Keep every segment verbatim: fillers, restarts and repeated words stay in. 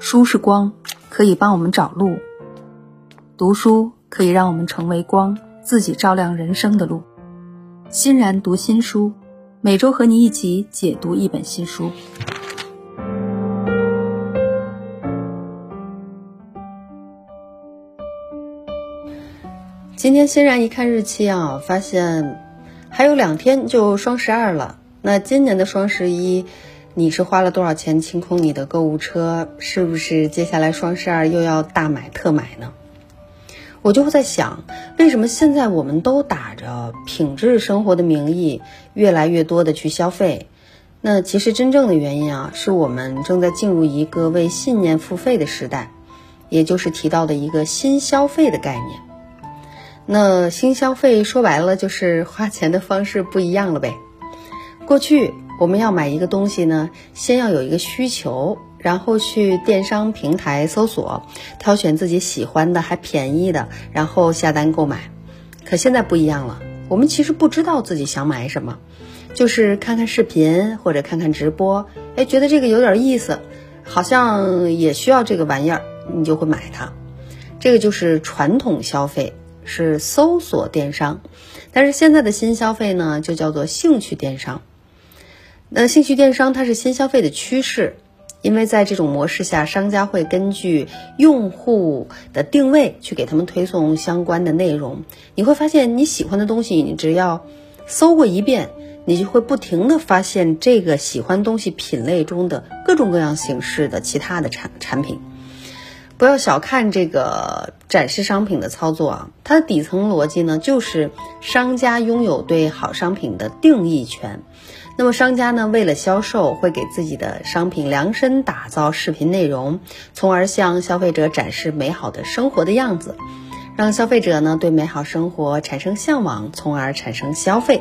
书是光，可以帮我们找路。读书可以让我们成为光，自己照亮人生的路。欣然读新书，每周和你一起解读一本新书。 今天欣然一看日期啊，发现还有两天就双十二了。那今年的双十一，你是花了多少钱清空你的购物车？是不是接下来双十二又要大买特买呢？我就在想，为什么现在我们都打着品质生活的名义，越来越多的去消费？那其实真正的原因啊，是我们正在进入一个为信念付费的时代，也就是提到的一个新消费的概念。那新消费说白了就是花钱的方式不一样了呗。过去我们要买一个东西呢，先要有一个需求，然后去电商平台搜索，挑选自己喜欢的还便宜的，然后下单购买。可现在不一样了，我们其实不知道自己想买什么，就是看看视频或者看看直播，哎，觉得这个有点意思，好像也需要这个玩意儿，你就会买它。这个就是传统消费，是搜索电商。但是现在的新消费呢，就叫做兴趣电商。那兴趣电商它是新消费的趋势，因为在这种模式下，商家会根据用户的定位去给他们推送相关的内容。你会发现你喜欢的东西，你只要搜过一遍，你就会不停地发现这个喜欢东西品类中的各种各样形式的其他的产产品。不要小看这个展示商品的操作啊，它的底层逻辑呢，就是商家拥有对好商品的定义权。那么商家呢，为了销售，会给自己的商品量身打造视频内容，从而向消费者展示美好的生活的样子，让消费者呢对美好生活产生向往，从而产生消费。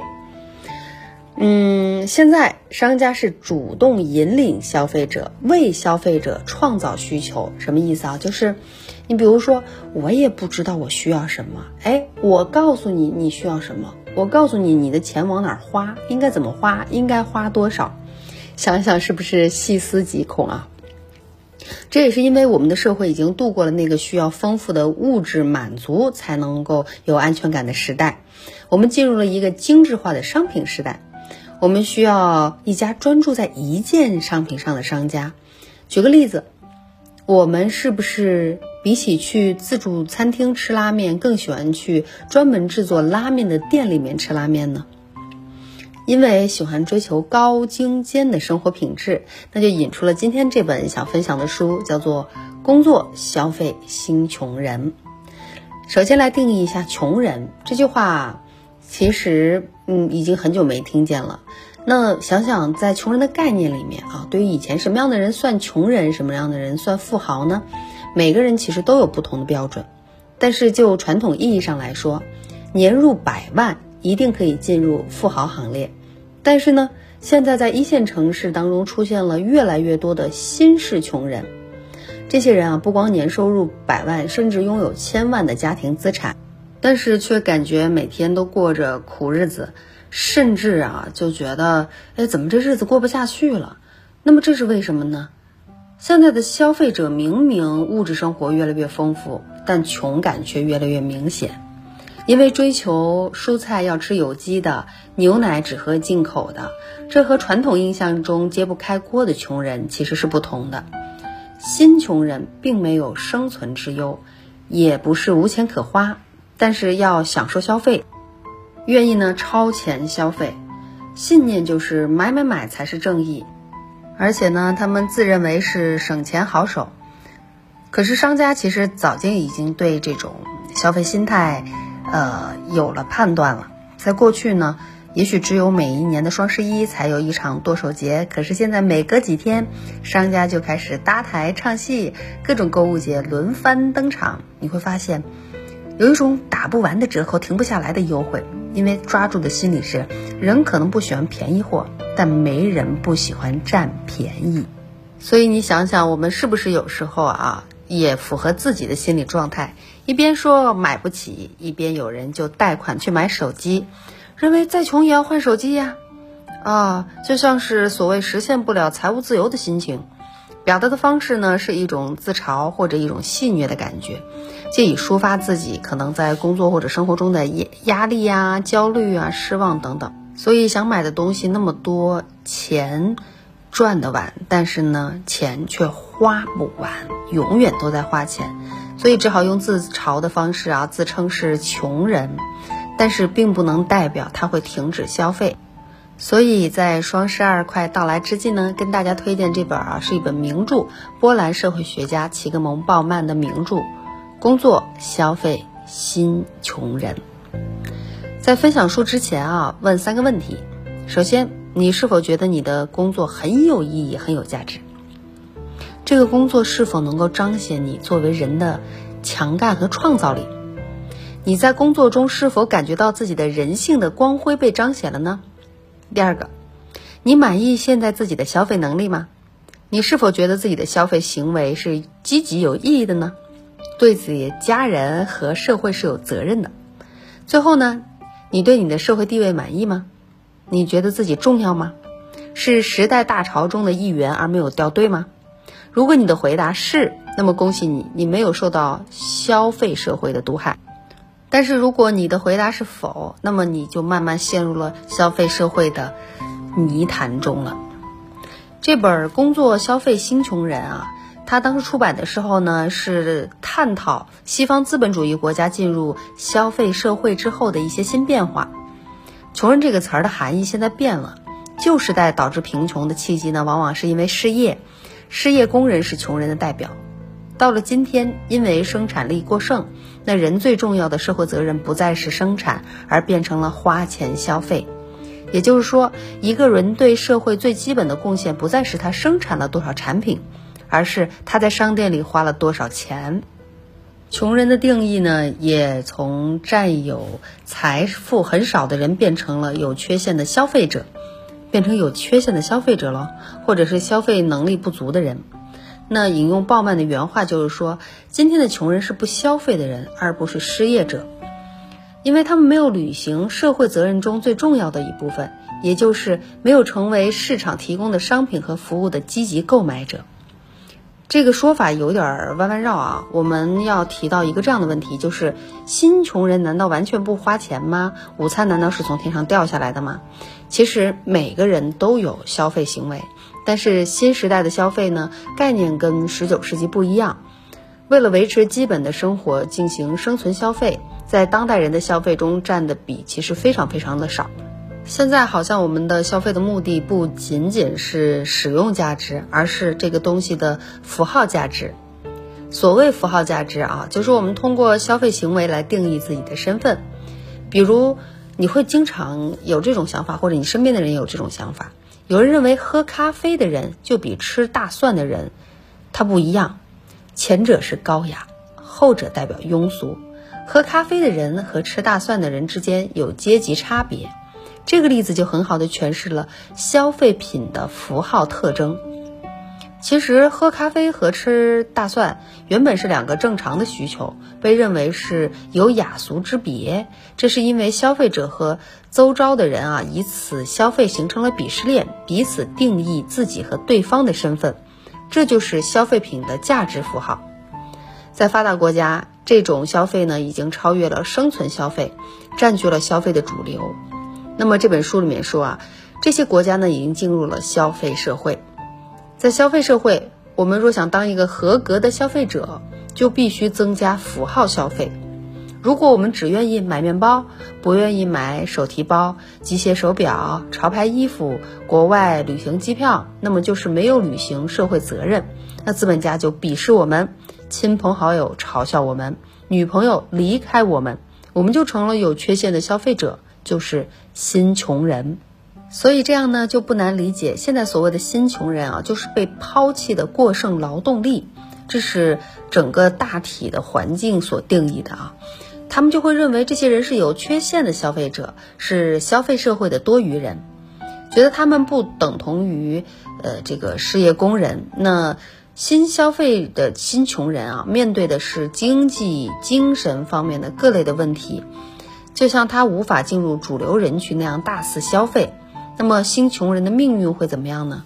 嗯，现在商家是主动引领消费者，为消费者创造需求。什么意思啊？就是你比如说，我也不知道我需要什么，哎，我告诉你你需要什么，我告诉你你的钱往哪儿花，应该怎么花，应该花多少。想想是不是细思极恐啊？这也是因为我们的社会已经度过了那个需要丰富的物质满足才能够有安全感的时代，我们进入了一个精致化的商品时代。我们需要一家专注在一件商品上的商家。举个例子，我们是不是比起去自助餐厅吃拉面，更喜欢去专门制作拉面的店里面吃拉面呢？因为喜欢追求高精尖的生活品质，那就引出了今天这本想分享的书，叫做《工作消费新穷人》。首先来定义一下穷人这句话，其实嗯已经很久没听见了。那想想在穷人的概念里面啊，对于以前什么样的人算穷人，什么样的人算富豪呢？每个人其实都有不同的标准。但是就传统意义上来说，年入百万一定可以进入富豪行列。但是呢，现在在一线城市当中出现了越来越多的新式穷人。这些人啊，不光年收入百万，甚至拥有千万的家庭资产，但是却感觉每天都过着苦日子，甚至啊就觉得，哎，怎么这日子过不下去了？那么这是为什么呢？现在的消费者明明物质生活越来越丰富，但穷感却越来越明显。因为追求蔬菜要吃有机的，牛奶只喝进口的，这和传统印象中揭不开锅的穷人其实是不同的。新穷人并没有生存之忧，也不是无钱可花，但是要享受消费，愿意呢超前消费，信念就是买买买才是正义。而且呢，他们自认为是省钱好手。可是商家其实早就已经对这种消费心态呃有了判断了。在过去呢，也许只有每一年的双十一才有一场剁手节，可是现在每隔几天商家就开始搭台唱戏，各种购物节轮番登场。你会发现有一种打不完的折扣，停不下来的优惠。因为抓住的心理是，人可能不喜欢便宜货，但没人不喜欢占便宜。所以你想想，我们是不是有时候啊也符合自己的心理状态，一边说买不起，一边有人就贷款去买手机，认为再穷也要换手机呀，啊，就像是所谓实现不了财务自由的心情。 表达的方式呢是一种自嘲或者一种戏谑的感觉，借以抒发自己可能在工作或者生活中的压力啊、焦虑啊、失望等等。所以想买的东西那么多，钱赚得完，但是呢钱却花不完，永远都在花钱，所以只好用自嘲的方式啊自称是穷人，但是并不能代表他会停止消费。所以在双十二快到来之际呢，跟大家推荐这本啊是一本名著，波兰社会学家齐格蒙·鲍曼的名著《工作、消费、新穷人》。在分享书之前啊，问三个问题。首先，你是否觉得你的工作很有意义、很有价值？这个工作是否能够彰显你作为人的强干和创造力？你在工作中是否感觉到自己的人性的光辉被彰显了呢？第二个，你满意现在自己的消费能力吗？你是否觉得自己的消费行为是积极有意义的呢？对自己的家人和社会是有责任的。最后呢，你对你的社会地位满意吗？你觉得自己重要吗？是时代大潮中的一员而没有掉队吗？如果你的回答是，那么恭喜你，你没有受到消费社会的毒害。但是如果你的回答是否，那么你就慢慢陷入了消费社会的泥潭中了。这本《工作、消费、新穷人》啊，它当时出版的时候呢，是探讨西方资本主义国家进入消费社会之后的一些新变化。穷人这个词儿的含义现在变了，旧时代导致贫穷的契机呢，往往是因为失业，失业工人是穷人的代表。到了今天，因为生产力过剩，那人最重要的社会责任不再是生产，而变成了花钱消费。也就是说，一个人对社会最基本的贡献不再是他生产了多少产品，而是他在商店里花了多少钱。穷人的定义呢，也从占有财富很少的人变成了有缺陷的消费者，变成有缺陷的消费者了，或者是消费能力不足的人。那引用鲍曼的原话就是说，今天的穷人是不消费的人，而不是失业者，因为他们没有履行社会责任中最重要的一部分，也就是没有成为市场提供的商品和服务的积极购买者。这个说法有点弯弯绕啊，我们要提到一个这样的问题，就是新穷人难道完全不花钱吗？午餐难道是从天上掉下来的吗？其实每个人都有消费行为，但是新时代的消费呢，概念跟十九世纪不一样。为了维持基本的生活进行生存消费，在当代人的消费中占的比其实非常非常的少。现在好像我们的消费的目的不仅仅是使用价值，而是这个东西的符号价值。所谓符号价值啊，就是我们通过消费行为来定义自己的身份。比如你会经常有这种想法，或者你身边的人有这种想法，有人认为喝咖啡的人就比吃大蒜的人他不一样，前者是高雅，后者代表庸俗。喝咖啡的人和吃大蒜的人之间有阶级差别。这个例子就很好地诠释了消费品的符号特征。其实喝咖啡和吃大蒜原本是两个正常的需求，被认为是有雅俗之别。这是因为消费者和周遭的人啊，以此消费形成了鄙视链，彼此定义自己和对方的身份，这就是消费品的价值符号。在发达国家，这种消费呢已经超越了生存消费，占据了消费的主流。那么这本书里面说啊，这些国家呢已经进入了消费社会。在消费社会，我们若想当一个合格的消费者，就必须增加符号消费。如果我们只愿意买面包，不愿意买手提包、机械手表、潮牌衣服、国外旅行机票，那么就是没有履行社会责任。那资本家就鄙视我们，亲朋好友嘲笑我们，女朋友离开我们，我们就成了有缺陷的消费者，就是新穷人。所以这样呢，就不难理解，现在所谓的新穷人啊，就是被抛弃的过剩劳动力，这是整个大体的环境所定义的啊。他们就会认为这些人是有缺陷的消费者，是消费社会的多余人，觉得他们不等同于呃这个失业工人。那新消费的新穷人啊，面对的是经济、精神方面的各类的问题，就像他无法进入主流人群那样大肆消费。那么新穷人的命运会怎么样呢？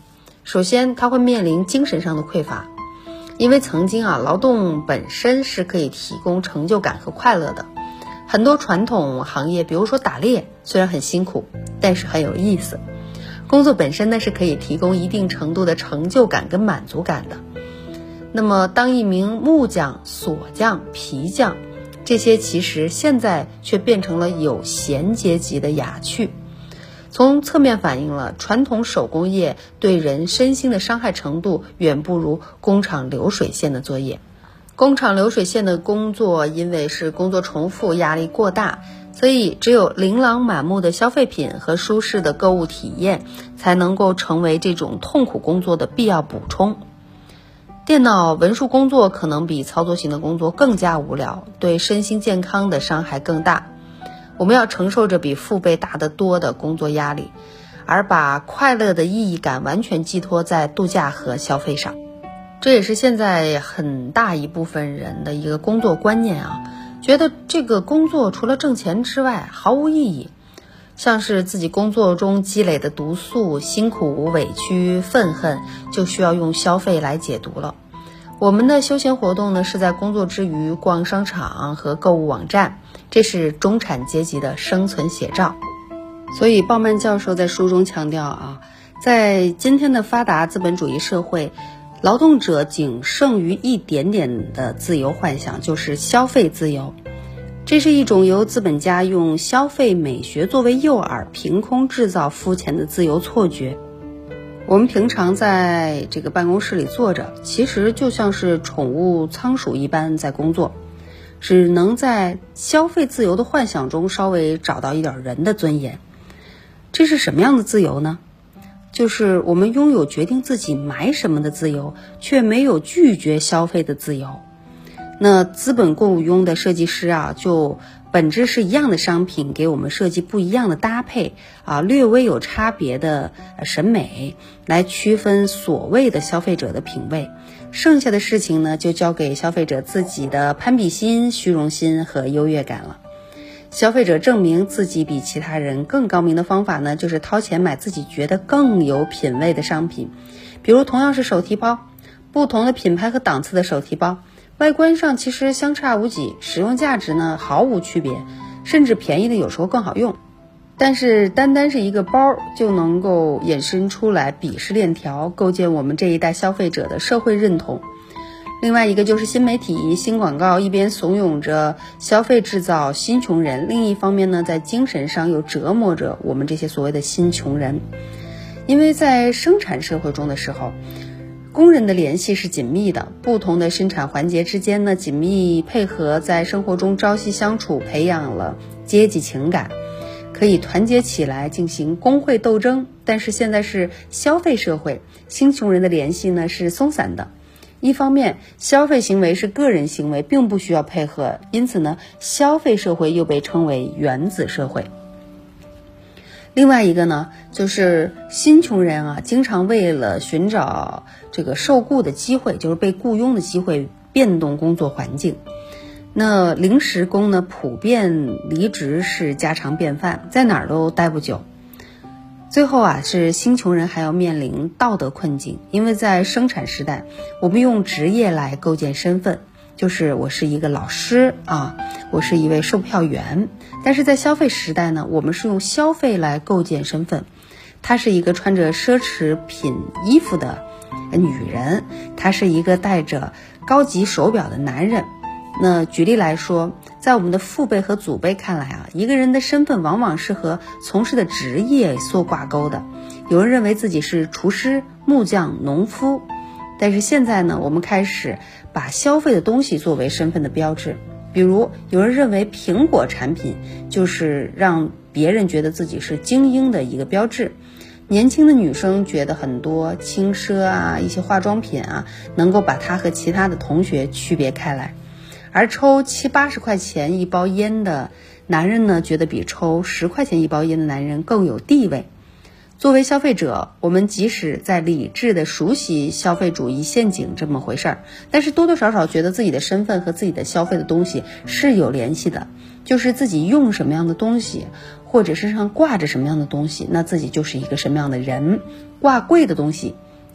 首先他会面临精神上的匮乏，因为曾经啊，劳动本身是可以提供成就感和快乐的。很多传统行业，比如说打猎，虽然很辛苦，但是很有意思。工作本身呢是可以提供一定程度的成就感跟满足感的。那么当一名木匠、锁匠、皮匠，这些其实现在却变成了有闲阶级的雅趣，从侧面反映了传统手工业对人身心的伤害程度远不如工厂流水线的作业。工厂流水线的工作因为是工作重复，压力过大，所以只有琳琅满目的消费品和舒适的购物体验才能够成为这种痛苦工作的必要补充。电脑文书工作可能比操作型的工作更加无聊，对身心健康的伤害更大。我们要承受着比父辈大得多的工作压力，而把快乐的意义感完全寄托在度假和消费上。这也是现在很大一部分人的一个工作观念啊，觉得这个工作除了挣钱之外毫无意义，像是自己工作中积累的毒素、辛苦、委屈、愤恨，就需要用消费来解毒了。我们的休闲活动呢，是在工作之余逛商场和购物网站，这是中产阶级的生存写照。所以鲍曼教授在书中强调啊，在今天的发达资本主义社会，劳动者仅剩余一点点的自由幻想，就是消费自由。这是一种由资本家用消费美学作为诱饵，凭空制造肤浅的自由错觉。我们平常在这个办公室里坐着，其实就像是宠物仓鼠一般在工作，只能在消费自由的幻想中稍微找到一点人的尊严。这是什么样的自由呢？就是我们拥有决定自己买什么的自由，却没有拒绝消费的自由。那资本雇佣的设计师啊，就本质是一样的商品，给我们设计不一样的搭配啊，略微有差别的审美，来区分所谓的消费者的品味。剩下的事情呢，就交给消费者自己的攀比心、虚荣心和优越感了。消费者证明自己比其他人更高明的方法呢，就是掏钱买自己觉得更有品味的商品。比如同样是手提包，不同的品牌和档次的手提包，外观上其实相差无几，使用价值呢毫无区别，甚至便宜的有时候更好用。但是单单是一个包就能够衍生出来鄙视链条，构建我们这一代消费者的社会认同。另外一个就是新媒体、新广告，一边怂恿着消费制造新穷人，另一方面呢，在精神上又折磨着我们这些所谓的新穷人。因为在生产社会中的时候，工人的联系是紧密的，不同的生产环节之间呢紧密配合，在生活中朝夕相处，培养了阶级情感，可以团结起来进行工会斗争。但是现在是消费社会，新穷人的联系呢是松散的。一方面，消费行为是个人行为，并不需要配合，因此呢，消费社会又被称为原子社会。另外一个呢，就是新穷人啊，经常为了寻找这个受雇的机会，就是被雇佣的机会，变动工作环境。那临时工呢，普遍离职是家常便饭，在哪儿都待不久。最后啊，是新穷人还要面临道德困境，因为在生产时代，我们用职业来构建身份，就是我是一个老师啊，我是一位售票员。但是在消费时代呢，我们是用消费来构建身份，她是一个穿着奢侈品衣服的女人，她是一个戴着高级手表的男人。那举例来说，在我们的父辈和祖辈看来啊，一个人的身份往往是和从事的职业所挂钩的。有人认为自己是厨师、木匠、农夫，但是现在呢，我们开始把消费的东西作为身份的标志。比如有人认为苹果产品就是让别人觉得自己是精英的一个标志。年轻的女生觉得很多轻奢啊，一些化妆品啊，能够把她和其他的同学区别开来。而抽七八十块钱一包烟的男人呢，觉得比抽十块钱一包烟的男人更有地位。作为消费者，我们即使在理智的熟悉消费主义陷阱这么回事儿，但是多多少少觉得自己的身份和自己的消费的东西是有联系的，就是自己用什么样的东西，或者身上挂着什么样的东西，那自己就是一个什么样的人。挂贵的东西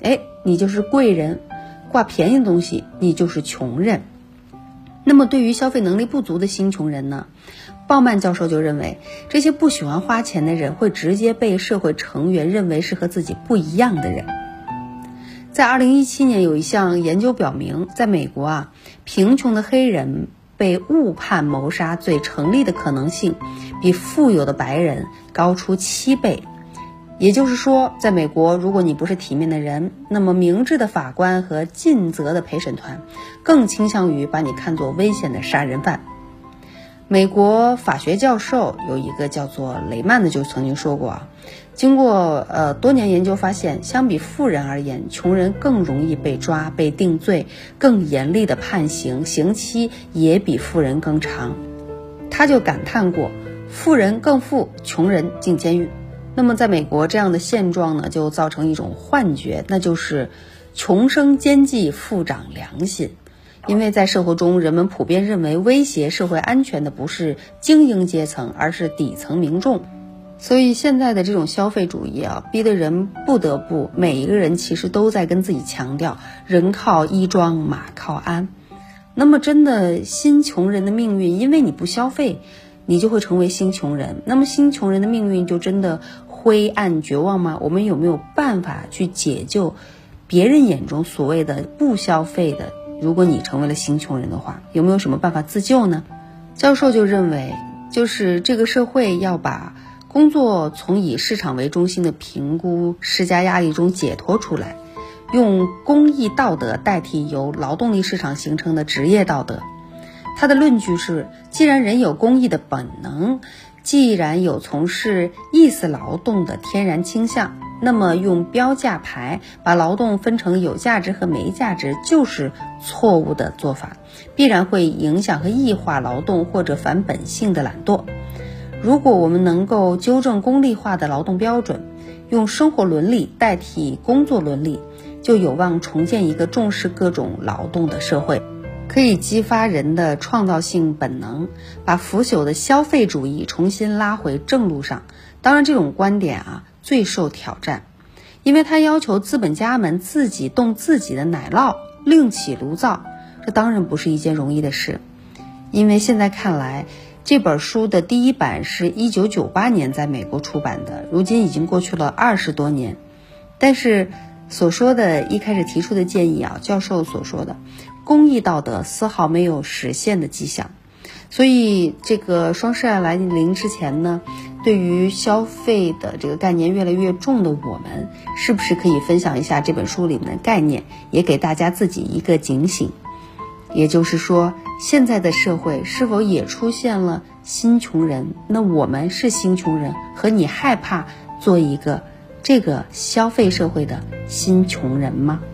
哎，你就是贵人，挂便宜的东西你就是穷人。那么对于消费能力不足的新穷人呢，鲍曼教授就认为，这些不喜欢花钱的人会直接被社会成员认为是和自己不一样的人。在二零一七年有一项研究表明，在美国啊，贫穷的黑人被误判谋杀罪成立的可能性比富有的白人高出七倍。也就是说，在美国，如果你不是体面的人，那么明智的法官和尽责的陪审团更倾向于把你看作危险的杀人犯。美国法学教授有一个叫做雷曼的就曾经说过啊，经过呃多年研究发现，相比富人而言，穷人更容易被抓、被定罪，更严厉的判刑，刑期也比富人更长。他就感叹过，富人更富，穷人进监狱。那么在美国这样的现状呢，就造成一种幻觉，那就是穷生奸计，富长良心。因为在社会中，人们普遍认为威胁社会安全的不是精英阶层，而是底层民众。所以现在的这种消费主义啊，逼得人不得不，每一个人其实都在跟自己强调，人靠衣装，马靠鞍。那么真的新穷人的命运，因为你不消费，你就会成为新穷人。那么新穷人的命运就真的灰暗绝望吗？我们有没有办法去解救别人眼中所谓的不消费的？如果你成为了新穷人的话，有没有什么办法自救呢？教授就认为，就是这个社会要把工作从以市场为中心的评估施加压力中解脱出来，用公益道德代替由劳动力市场形成的职业道德。他的论据是，既然人有公益的本能，既然有从事意思劳动的天然倾向，那么用标价牌把劳动分成有价值和没价值就是错误的做法，必然会影响和异化劳动或者反本性的懒惰。如果我们能够纠正功利化的劳动标准，用生活伦理代替工作伦理，就有望重建一个重视各种劳动的社会，可以激发人的创造性本能，把腐朽的消费主义重新拉回正路上。当然这种观点啊最受挑战，因为它要求资本家们自己动自己的奶酪，另起炉灶，这当然不是一件容易的事。因为现在看来，这本书的第一版是一九九八年在美国出版的，如今已经过去了二十多年。但是所说的一开始提出的建议啊，教授所说的公益道德丝毫没有实现的迹象。所以这个双十二来临之前呢，对于消费的这个概念越来越重的我们，是不是可以分享一下这本书里面的概念，也给大家自己一个警醒？也就是说，现在的社会是否也出现了新穷人？那我们是新穷人，和你害怕做一个这个消费社会的新穷人吗？